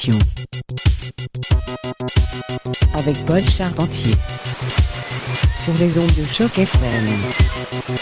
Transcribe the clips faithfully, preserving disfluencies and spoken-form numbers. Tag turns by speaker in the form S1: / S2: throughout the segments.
S1: Mutation avec Paul Charpentier sur les ondes de Choc F M.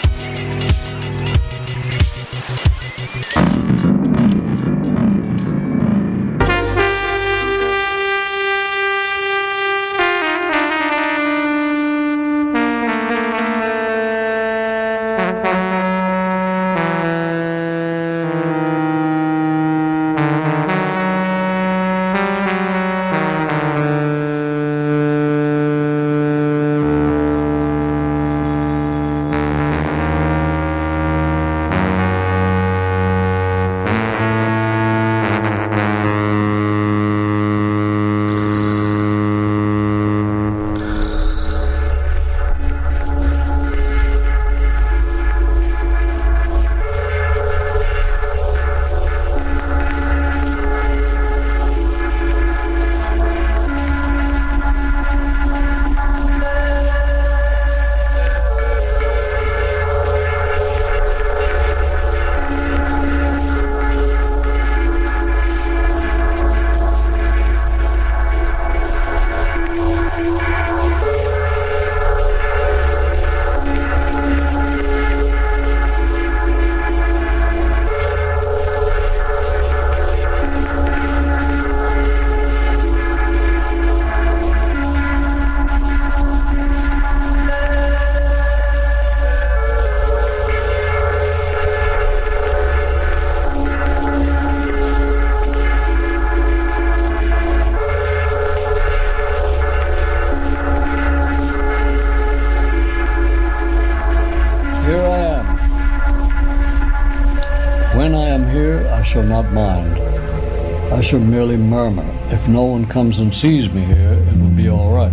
S2: Shall not mind. I shall merely murmur. If no one comes and sees me here, it will be all right.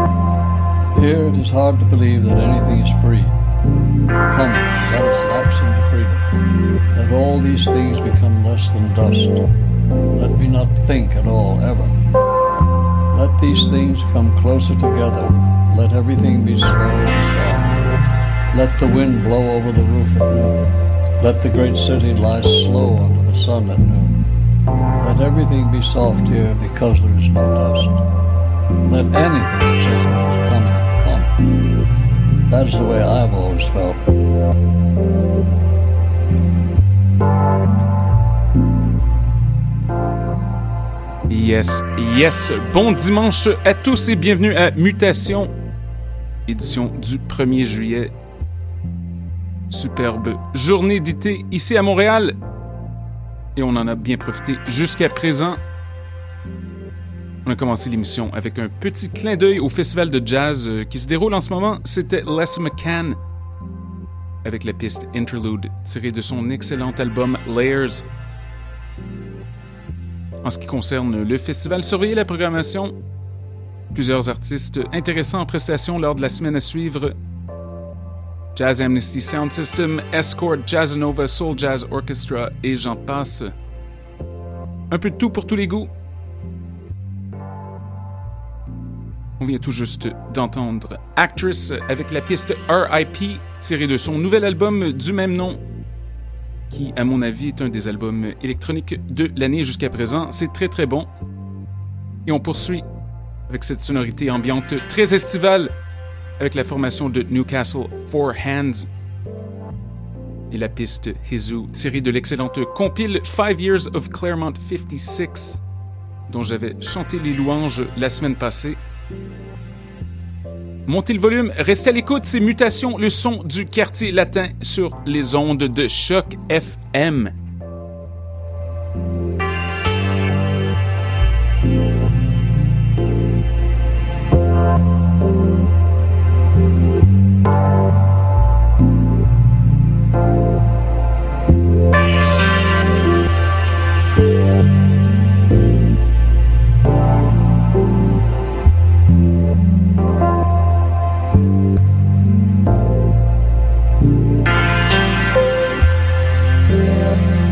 S2: Here it is hard to believe that anything is free. Come, let us lapse into freedom. Let all these things become less than dust. Let me not think at all, ever. Let these things come closer together. Let everything be slow and soft. Let the wind blow over the roof at noon. Let the great city lie slow under the sun at noon. Let everything be soft here because there is no dust. Let anything that says that is coming, come. That is the way I've always felt.
S3: Yes, yes. Bon dimanche à tous et bienvenue à Mutation, édition du premier juillet. Superbe journée d'été ici à Montréal et on en a bien profité jusqu'à présent. On a commencé l'émission avec un petit clin d'œil au festival de jazz qui se déroule en ce moment. C'était Les McCann avec la piste Interlude tirée de son excellent album Layers. En ce qui concerne le festival, surveillez la programmation. Plusieurs artistes intéressants en prestation lors de la semaine à suivre. Jazz Amnesty Sound System, Escort, Jazzanova, Soul Jazz Orchestra et j'en passe. Un peu de tout pour tous les goûts. On vient tout juste d'entendre Actress avec la piste R I P tirée de son nouvel album du même nom, qui, à mon avis, est un des albums électroniques de l'année jusqu'à présent. C'est très très bon. Et on poursuit avec cette sonorité ambiante très estivale avec la formation de Newcastle Four Hands et la piste Hizu tirée de l'excellente compile Five Years of Claremont cinquante-six dont j'avais chanté les louanges la semaine passée. Montez le volume, restez à l'écoute, c'est Mutation, le son du quartier latin sur les ondes de Choc F M.
S4: Yeah.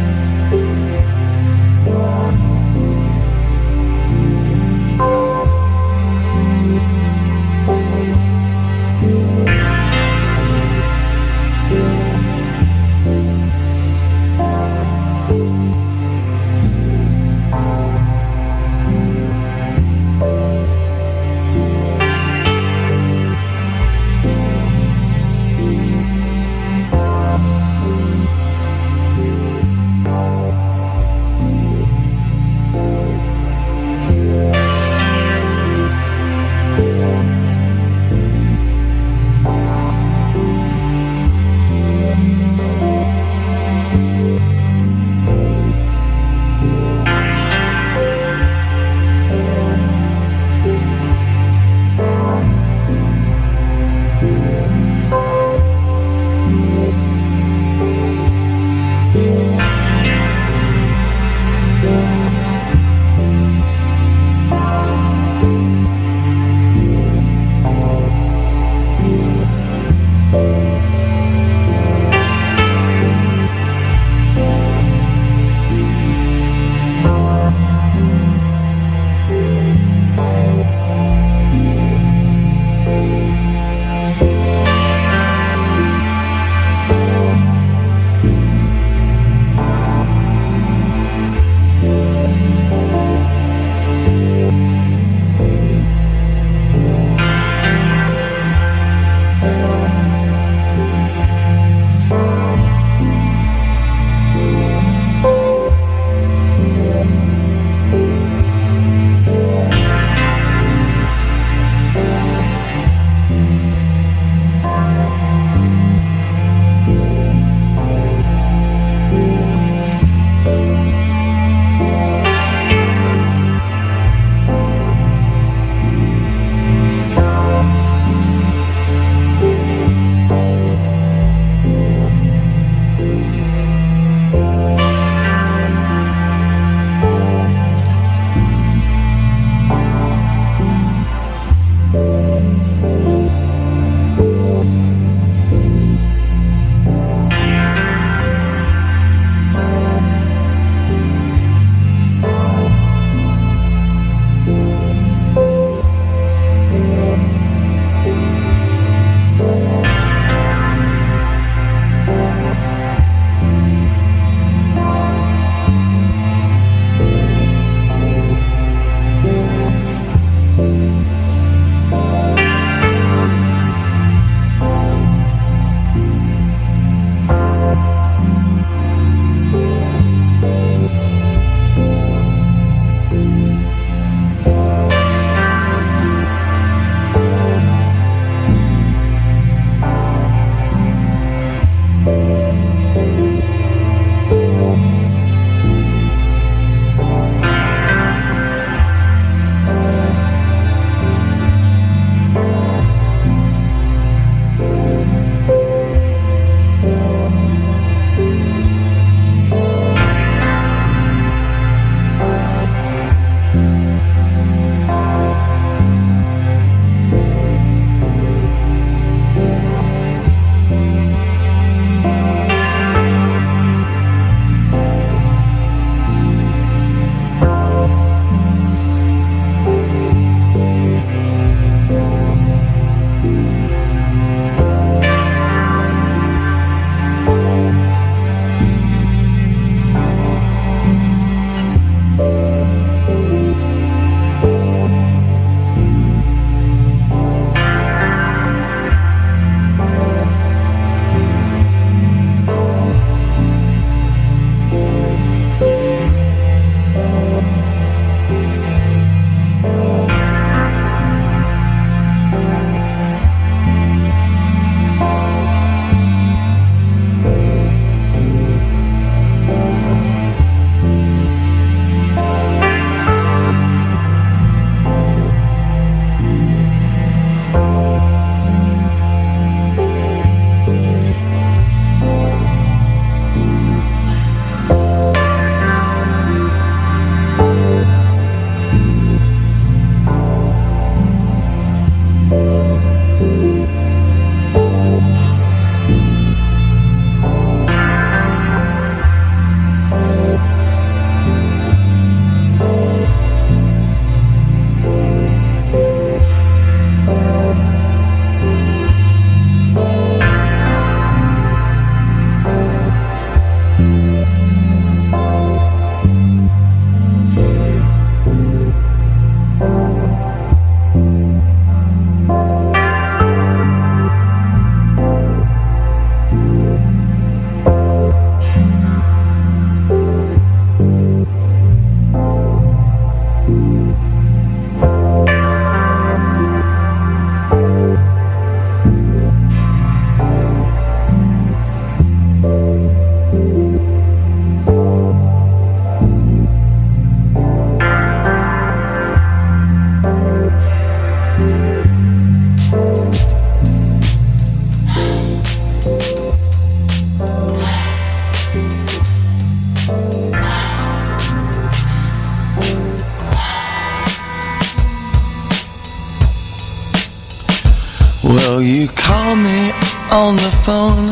S4: Well, you call me on the phone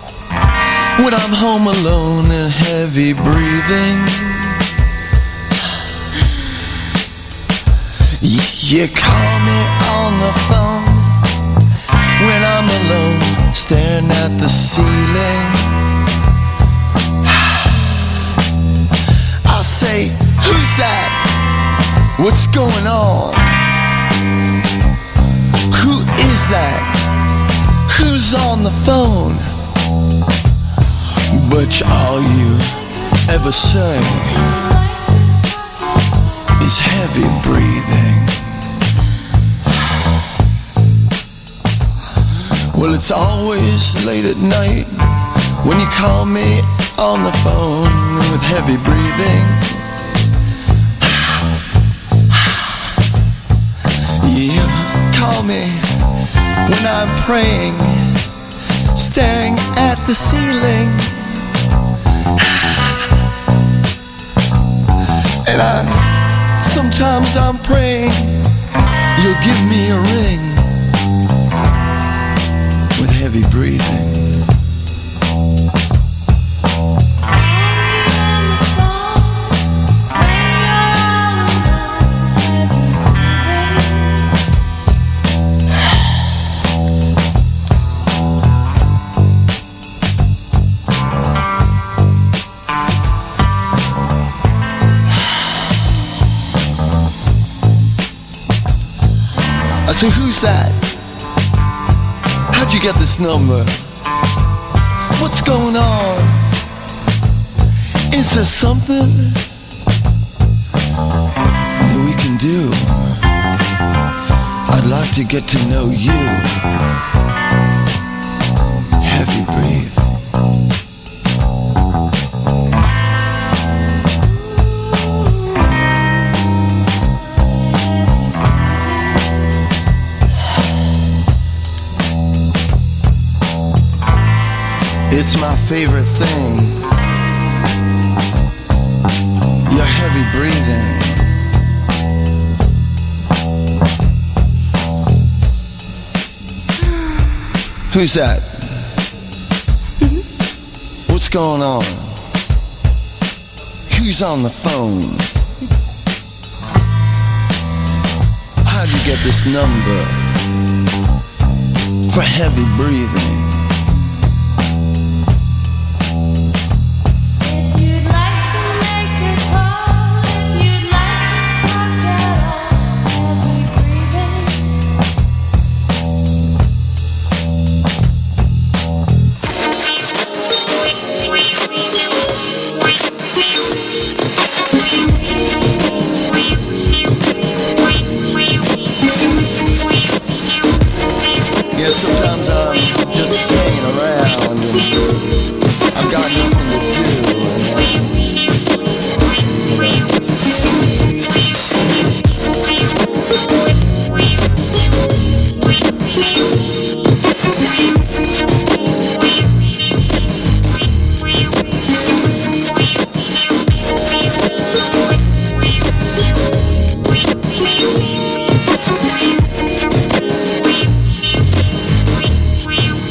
S4: when I'm home alone and heavy breathing. You call me on the phone when I'm alone, staring at the ceiling. I'll say, who's that? What's going on? Who is that? Who's on the phone? But all you ever say is heavy breathing. Well, it's always late at night when you call me on the phone with heavy breathing. You call me when I'm praying, staring at the ceiling. And I, sometimes I'm praying you'll give me a ring that? How'd you get this number? What's going on? Is there something that we can do? I'd like to get to know you. Heavy breathe. It's my favorite thing. Your heavy breathing. Who's that? What's going on? Who's on the phone? How'd you get this number for heavy breathing? Sometimes I'm just staying around and I've got nothing to do.
S5: We'll be right back.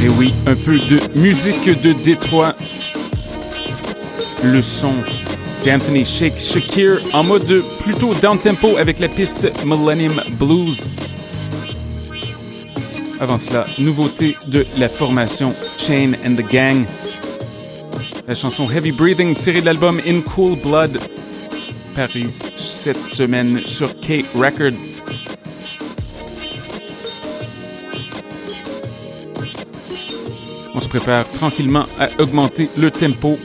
S3: Et oui, un peu de musique de Détroit. Le son d'Anthony Shake Shakir en mode plutôt down-tempo avec la piste Millennium Blues. Avant cela, nouveauté de la formation Chain and the Gang. La chanson Heavy Breathing tirée de l'album In Cool Blood, paru cette semaine sur K Records. On se prépare tranquillement à augmenter le tempo.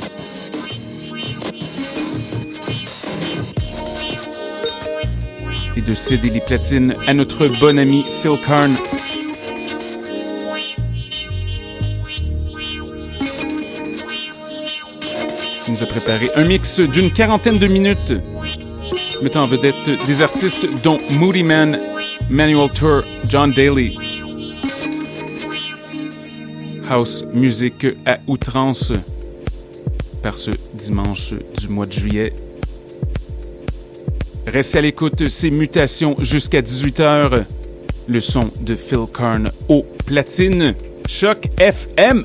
S3: Et de céder les platines à notre bon ami Phil Karn. Il nous a préparé un mix d'une quarantaine de minutes, mettant en vedette des artistes dont Moody Man, Manual Tour, John Daly. House music à outrance par ce dimanche du mois de juillet. Restez à l'écoute, ces mutations jusqu'à dix-huit heures. Le son de Phil Karn au platine. Choc F M.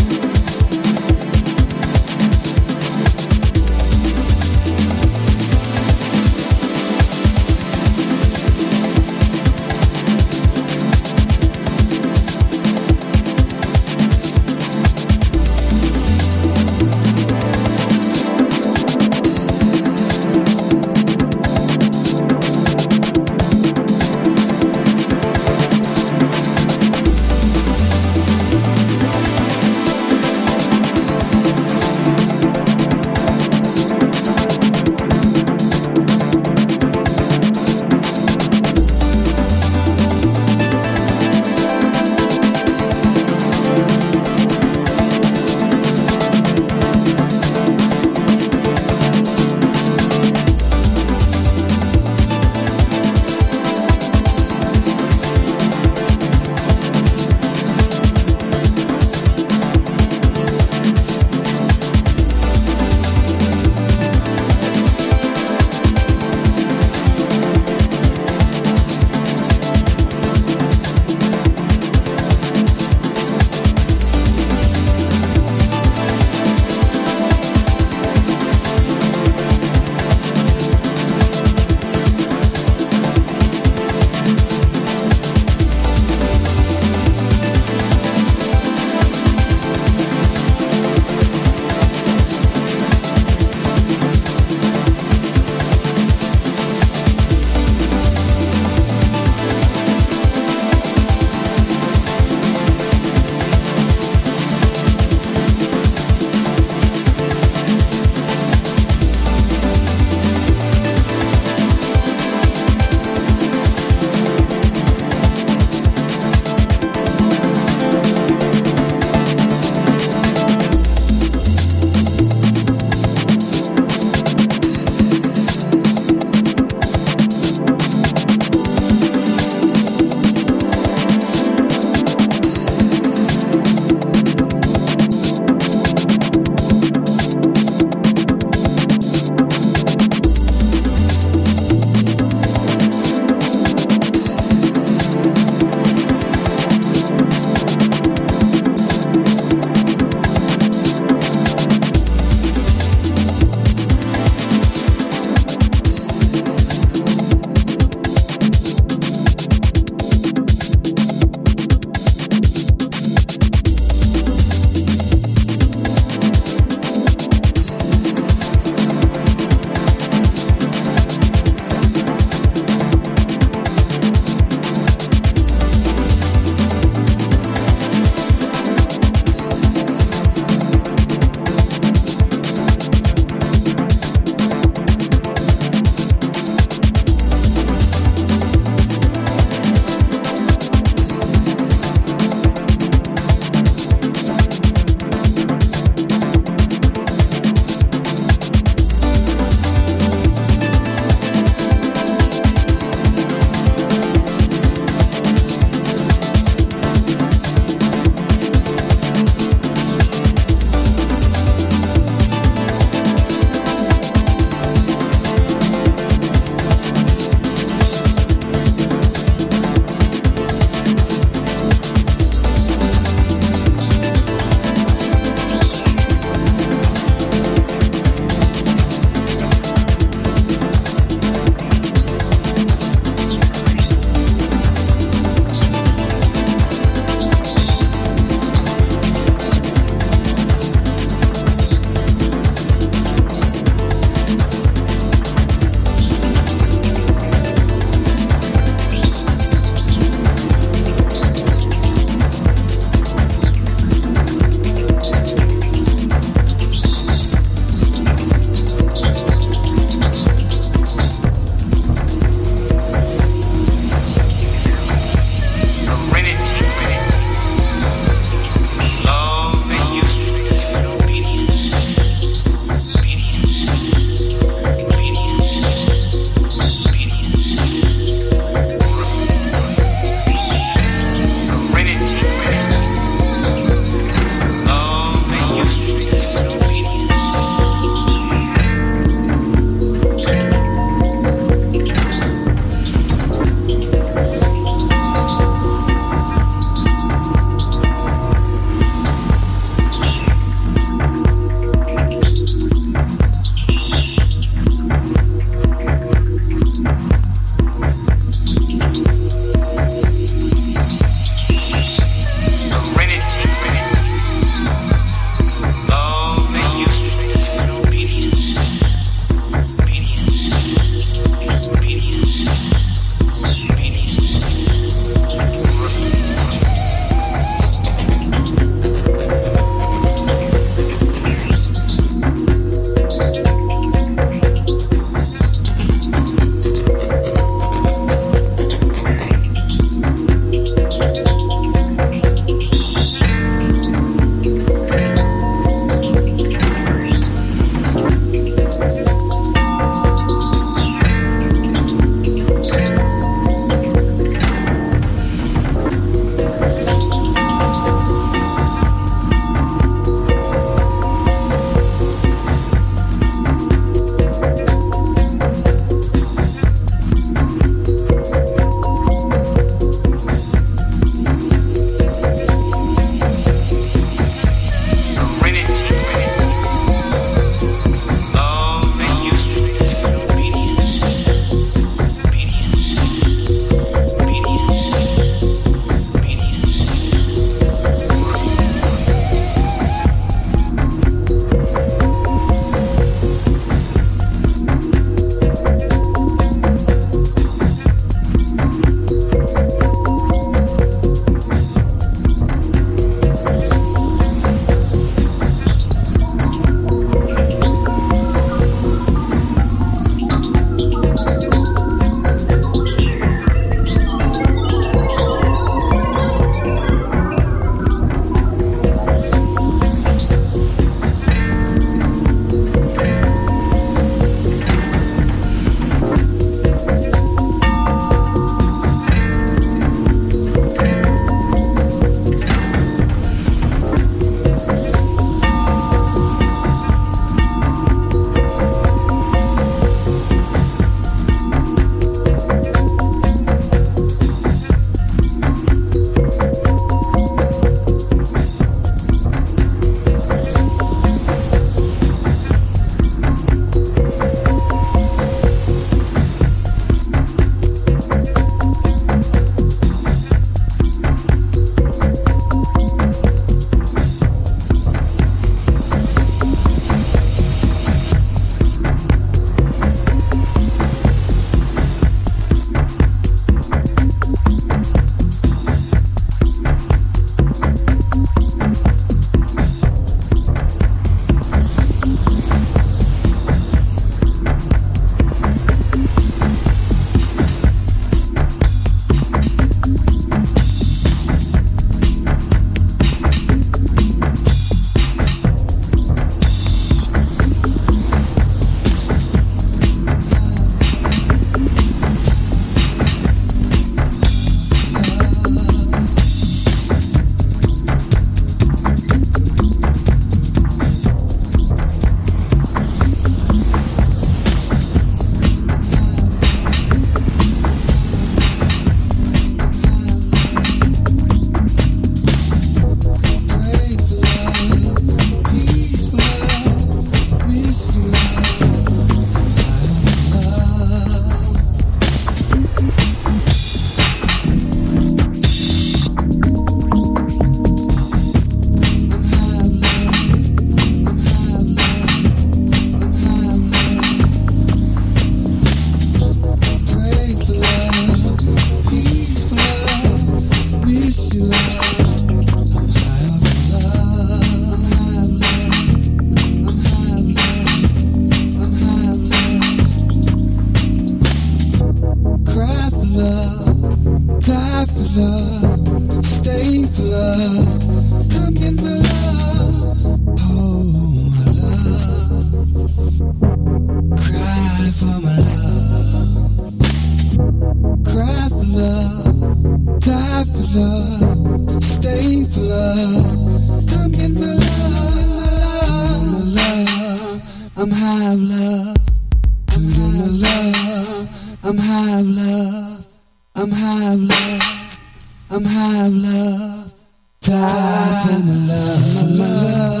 S4: die for love, stay for love, come get my love, oh my love, cry for my love, cry for love, die for love, stay for love, come get my love, my love, I'm high of love, come get my love, I'm high of love, I'm high of love, I'm high of love, die for my love, my love.